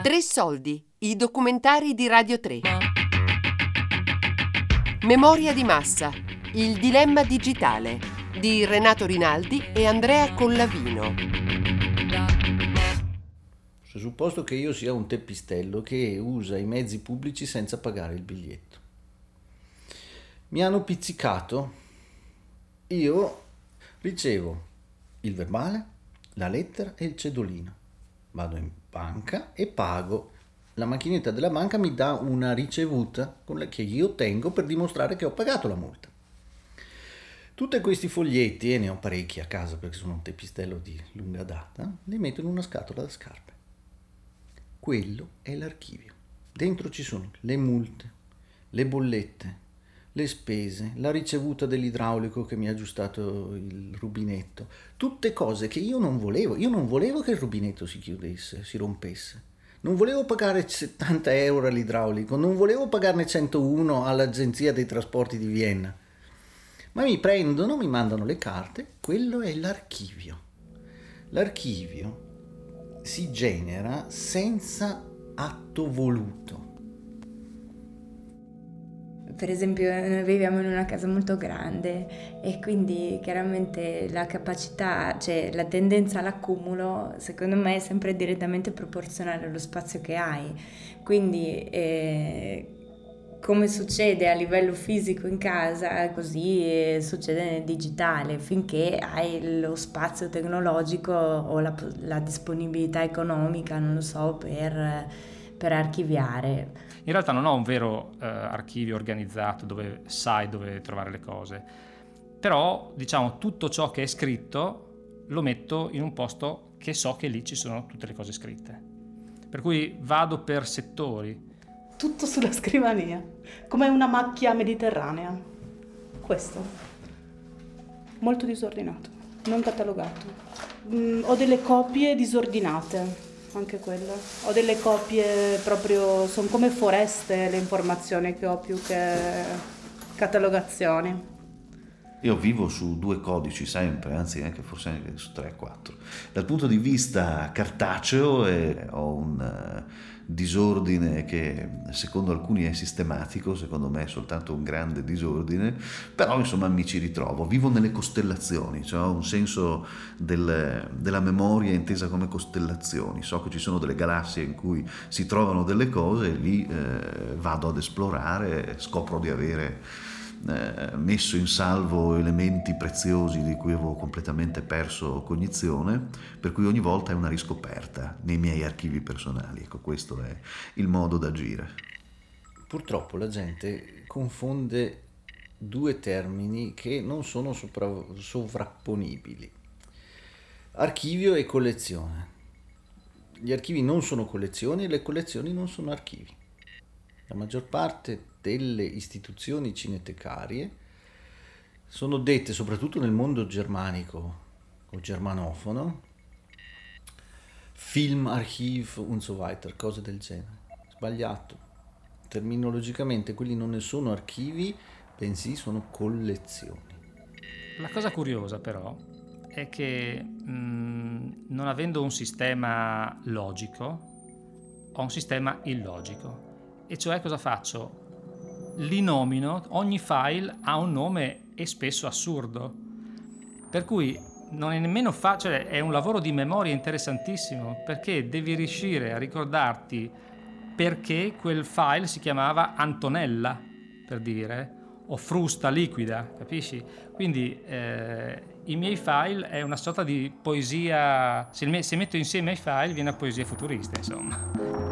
Tre soldi, i documentari di Radio 3. Memoria di massa, il dilemma digitale di Renato Rinaldi e Andrea Collavino. Supposto che io sia un teppistello che usa i mezzi pubblici senza pagare il biglietto. Mi hanno pizzicato, io ricevo il verbale, la lettera e il cedolino. Vado in banca e pago. La macchinetta della banca mi dà una ricevuta che io tengo per dimostrare che ho pagato la multa. Tutti questi foglietti, e ne ho parecchi a casa perché sono un teppistello di lunga data, li metto in una scatola da scarpe. Quello è l'archivio. Dentro ci sono le multe, le bollette, le spese, la ricevuta dell'idraulico che mi ha aggiustato il rubinetto, tutte cose che io non volevo. Io non volevo che il rubinetto si chiudesse, si rompesse. Non volevo pagare 70 euro all'idraulico, non volevo pagarne 101 all'agenzia dei trasporti di Vienna. Ma mi prendono, mi mandano le carte, quello è l'archivio. L'archivio si genera senza atto voluto. Per esempio, noi viviamo in una casa molto grande e quindi chiaramente la capacità, cioè la tendenza all'accumulo, secondo me è sempre direttamente proporzionale allo spazio che hai. Quindi come succede a livello fisico in casa, così succede nel digitale, finché hai lo spazio tecnologico o la disponibilità economica, non lo so, per archiviare. In realtà non ho un vero archivio organizzato dove sai dove trovare le cose, però diciamo tutto ciò che è scritto lo metto in un posto che so che lì ci sono tutte le cose scritte, per cui vado per settori. Tutto sulla scrivania, come una macchia mediterranea. Questo, molto disordinato, non catalogato. Ho delle copie disordinate. Anche quello. Ho delle copie proprio, sono come foreste le informazioni che ho più che catalogazioni. Io vivo su 2 codici sempre, anzi anche forse anche su 3-4. Dal punto di vista cartaceo ho un disordine che secondo alcuni è sistematico, secondo me è soltanto un grande disordine, però insomma mi ci ritrovo, vivo nelle costellazioni, cioè ho un senso della memoria intesa come costellazioni, so che ci sono delle galassie in cui si trovano delle cose e lì vado ad esplorare, scopro di avere messo in salvo elementi preziosi di cui avevo completamente perso cognizione, per cui ogni volta è una riscoperta nei miei archivi personali. Ecco, questo è il modo d'agire. Purtroppo la gente confonde due termini che non sono sovrapponibili: archivio e collezione. Gli archivi non sono collezioni e le collezioni non sono archivi. La maggior parte delle istituzioni cinetecarie sono dette, soprattutto nel mondo germanico o germanofono, Filmarchiv und so weiter, cose del genere. Sbagliato. Terminologicamente quelli non ne sono archivi, bensì sono collezioni. La cosa curiosa però è che non avendo un sistema logico, ho un sistema illogico. E cioè cosa faccio? Li nomino, ogni file ha un nome e spesso assurdo, per cui non è nemmeno facile, è un lavoro di memoria interessantissimo, perché devi riuscire a ricordarti perché quel file si chiamava Antonella, per dire, o frusta liquida, capisci? Quindi i miei file è una sorta di poesia, se metto insieme i file viene una poesia futurista, insomma.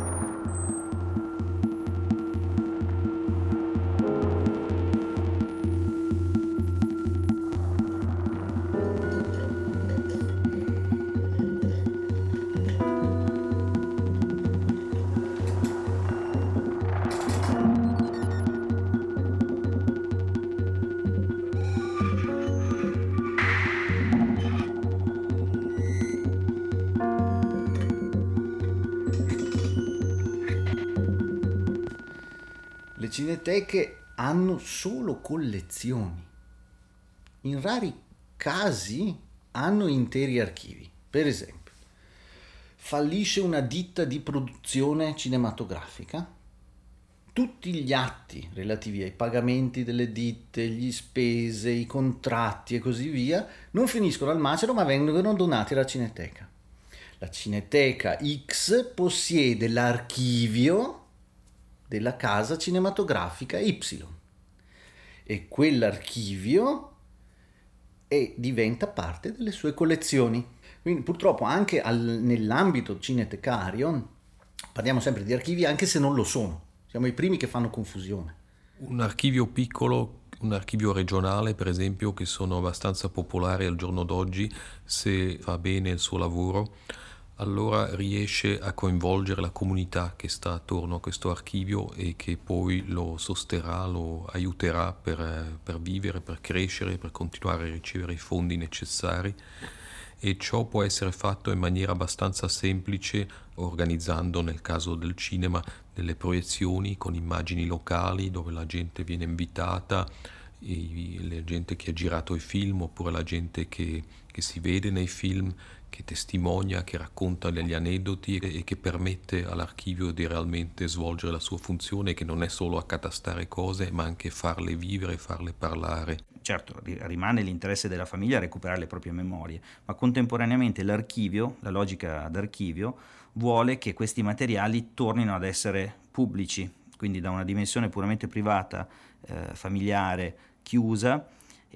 Le cineteche hanno solo collezioni. In rari casi hanno interi archivi. Per esempio, fallisce una ditta di produzione cinematografica, tutti gli atti relativi ai pagamenti delle ditte, gli spese, i contratti e così via, non finiscono al macero ma vengono donati alla Cineteca. La Cineteca X possiede l'archivio della casa cinematografica Y e quell'archivio diventa parte delle sue collezioni. Quindi purtroppo anche nell'ambito cinetecario parliamo sempre di archivi anche se non lo sono. Siamo i primi che fanno confusione. Un archivio piccolo, un archivio regionale per esempio, che sono abbastanza popolari al giorno d'oggi, se fa bene il suo lavoro, allora riesce a coinvolgere la comunità che sta attorno a questo archivio e che poi lo sosterrà, lo aiuterà per vivere, per crescere, per continuare a ricevere i fondi necessari. E ciò può essere fatto in maniera abbastanza semplice, organizzando nel caso del cinema delle proiezioni con immagini locali dove la gente viene invitata, la gente che ha girato i film oppure la gente che si vede nei film, che testimonia, che racconta degli aneddoti e che permette all'archivio di realmente svolgere la sua funzione, che non è solo accatastare cose ma anche farle vivere, farle parlare. Certo, rimane l'interesse della famiglia a recuperare le proprie memorie, ma contemporaneamente l'archivio, la logica d'archivio, vuole che questi materiali tornino ad essere pubblici, quindi da una dimensione puramente privata, familiare, chiusa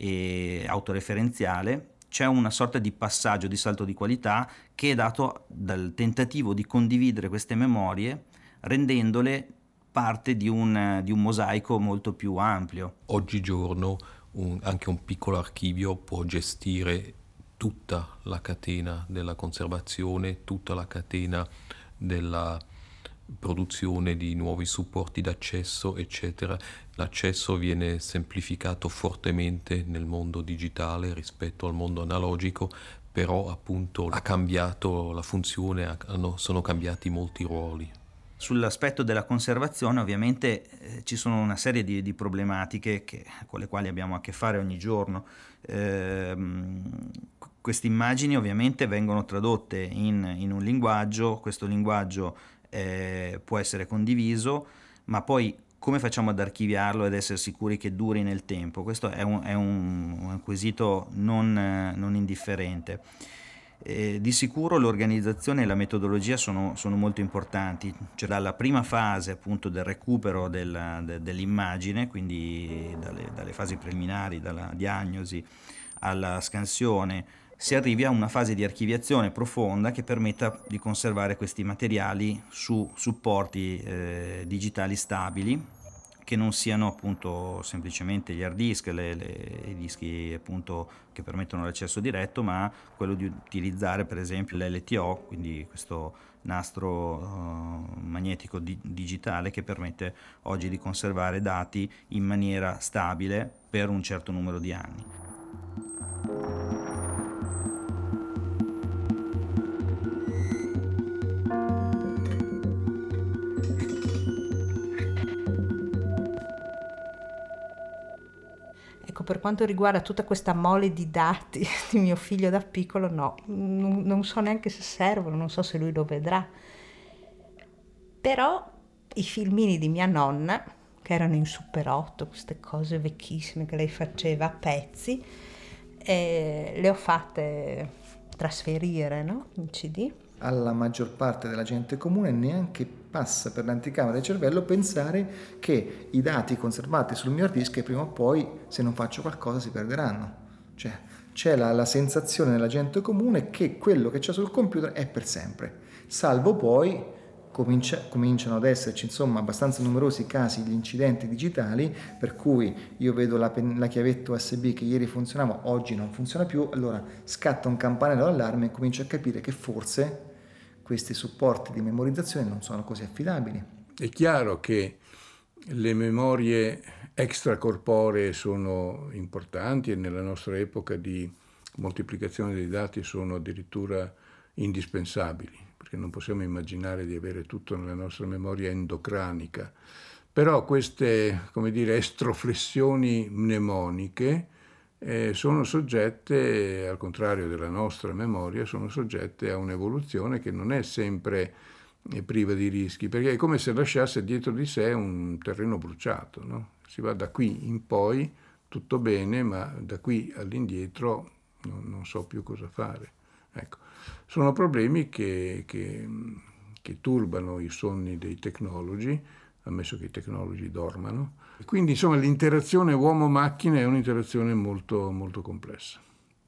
e autoreferenziale, c'è una sorta di passaggio, di salto di qualità che è dato dal tentativo di condividere queste memorie rendendole parte di un mosaico molto più ampio. Oggigiorno anche un piccolo archivio può gestire tutta la catena della conservazione, tutta la catena della produzione di nuovi supporti d'accesso, eccetera. L'accesso viene semplificato fortemente nel mondo digitale rispetto al mondo analogico, però appunto ha cambiato la funzione, sono cambiati molti ruoli. Sull'aspetto della conservazione ovviamente ci sono una serie di problematiche con le quali abbiamo a che fare ogni giorno. Queste immagini ovviamente vengono tradotte in un linguaggio, questo linguaggio può essere condiviso, ma poi come facciamo ad archiviarlo ed essere sicuri che duri nel tempo? Questo è un quesito non indifferente. Di sicuro l'organizzazione e la metodologia sono molto importanti, cioè dalla prima fase appunto del recupero dell'immagine, quindi dalle fasi preliminari, dalla diagnosi alla scansione, si arrivi a una fase di archiviazione profonda che permetta di conservare questi materiali su supporti digitali stabili, che non siano appunto semplicemente gli hard disk, i dischi appunto che permettono l'accesso diretto, ma quello di utilizzare per esempio l'LTO, quindi questo nastro magnetico digitale che permette oggi di conservare dati in maniera stabile per un certo numero di anni. Per quanto riguarda tutta questa mole di dati di mio figlio da piccolo, no, non so neanche se servono, non so se lui lo vedrà. Però i filmini di mia nonna, che erano in Super 8, queste cose vecchissime che lei faceva a pezzi, le ho fatte trasferire, no, in CD. Alla maggior parte della gente comune neanche passa per l'anticamera del cervello pensare che i dati conservati sul mio hard disk prima o poi, se non faccio qualcosa, si perderanno. Cioè c'è la sensazione nella gente comune che quello che c'è sul computer è per sempre, salvo poi cominciano ad esserci insomma abbastanza numerosi casi di incidenti digitali per cui io vedo la chiavetta USB che ieri funzionava, oggi non funziona più, allora scatta un campanello d'allarme e comincio a capire che forse questi supporti di memorizzazione non sono così affidabili. È chiaro che le memorie extracorporee sono importanti e nella nostra epoca di moltiplicazione dei dati sono addirittura indispensabili, perché non possiamo immaginare di avere tutto nella nostra memoria endocranica. Però queste, come dire, estroflessioni mnemoniche sono soggette, al contrario della nostra memoria, sono soggette a un'evoluzione che non è sempre priva di rischi, perché è come se lasciasse dietro di sé un terreno bruciato, no? Si va da qui in poi, tutto bene, ma da qui all'indietro non so più cosa fare. Ecco, sono problemi che turbano i sonni dei tecnologi, ammesso che i tecnologi dormano. Quindi insomma l'interazione uomo-macchina è un'interazione molto, molto complessa.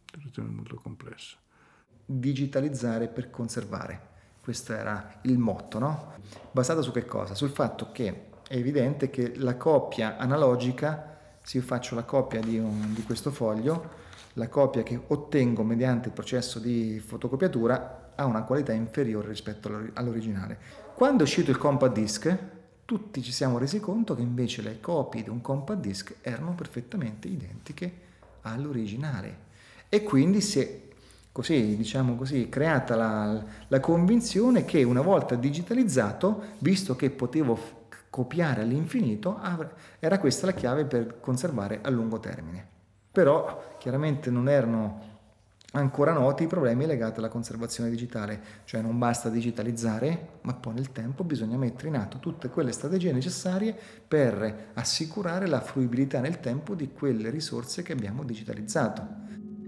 Digitalizzare per conservare. Questo era il motto, no? Basato su che cosa? Sul fatto che è evidente che la copia analogica, se io faccio la copia di questo foglio, la copia che ottengo mediante il processo di fotocopiatura ha una qualità inferiore rispetto all'originale. Quando è uscito il compact disc, tutti ci siamo resi conto che invece le copie di un compact disc erano perfettamente identiche all'originale, e quindi si è creata la convinzione che una volta digitalizzato, visto che potevo copiare all'infinito, era questa la chiave per conservare a lungo termine. Però chiaramente non erano ancora noti i problemi legati alla conservazione digitale, cioè non basta digitalizzare, ma poi nel tempo bisogna mettere in atto tutte quelle strategie necessarie per assicurare la fruibilità nel tempo di quelle risorse che abbiamo digitalizzato.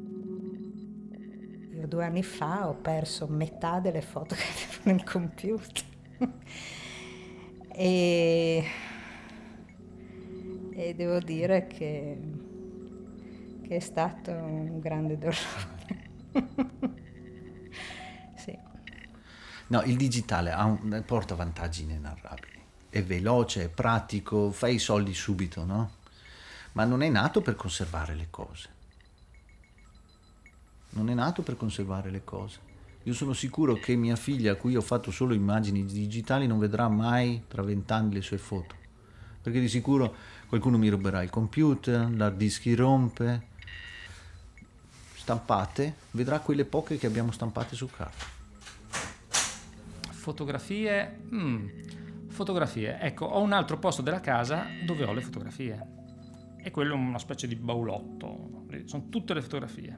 2 anni fa ho perso metà delle foto che avevo nel computer e devo dire che è stato un grande dolore. Sì. No, il digitale porta vantaggi inenarrabili, è veloce, è pratico, fai i soldi subito, no? Ma non è nato per conservare le cose. Io sono sicuro che mia figlia, a cui ho fatto solo immagini digitali, non vedrà mai tra 20 anni le sue foto, perché di sicuro qualcuno mi ruberà il computer, l'hard disk rompe. Stampate, vedrà quelle poche che abbiamo stampate su carta. Fotografie, ecco, ho un altro posto della casa dove ho le fotografie, e quello è una specie di baulotto, sono tutte le fotografie.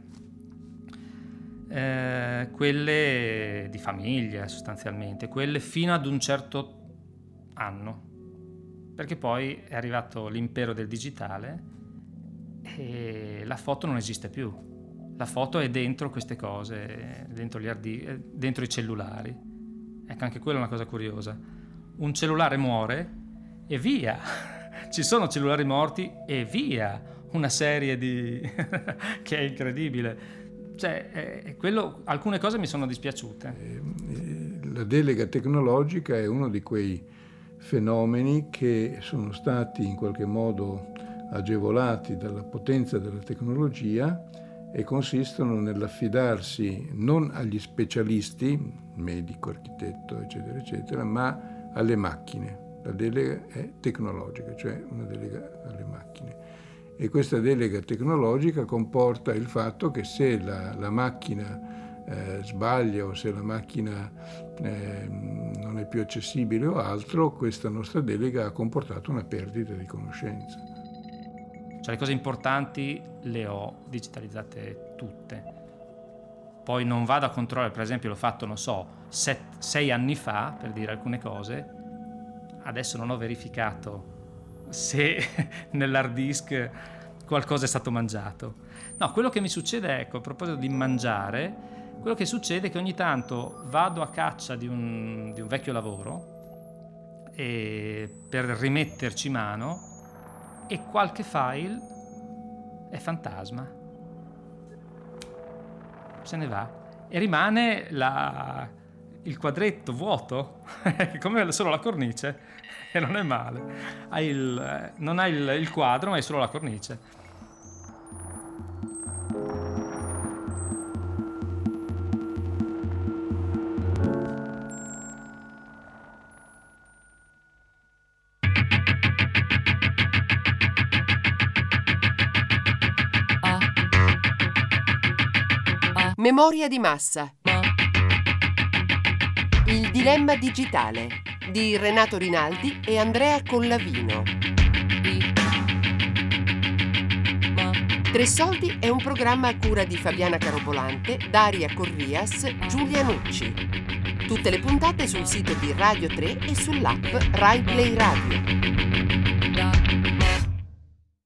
Quelle di famiglia sostanzialmente, quelle fino ad un certo anno, perché poi è arrivato l'impero del digitale e la foto non esiste più. La foto è dentro queste cose, dentro gli dentro i cellulari. Ecco, anche quella è una cosa curiosa. Un cellulare muore e via. Ci sono cellulari morti e via. Una serie di che è incredibile. Cioè, alcune cose mi sono dispiaciute. La delega tecnologica è uno di quei fenomeni che sono stati in qualche modo agevolati dalla potenza della tecnologia e consistono nell'affidarsi non agli specialisti, medico, architetto, eccetera, eccetera, ma alle macchine. La delega è tecnologica, cioè una delega alle macchine. E questa delega tecnologica comporta il fatto che se la macchina sbaglia o se la macchina non è più accessibile o altro, questa nostra delega ha comportato una perdita di conoscenza. Cioè le cose importanti le ho digitalizzate tutte. Poi non vado a controllare, per esempio l'ho fatto, 6 anni fa, per dire alcune cose. Adesso non ho verificato se nell'hard disk qualcosa è stato mangiato. No, quello che mi succede, ecco, a proposito di mangiare, quello che succede è che ogni tanto vado a caccia di un vecchio lavoro per rimetterci mano, e qualche file è fantasma, se ne va e rimane il quadretto vuoto, come solo la cornice, e non è male. Non hai il quadro, ma hai solo la cornice. Memoria di massa. Il dilemma digitale di Renato Rinaldi e Andrea Collavino. Tre Soldi è un programma a cura di Fabiana Carobolante, Daria Corrias, Giulia Nucci. Tutte le puntate sul sito di Radio 3 e sull'app Rai Play Radio.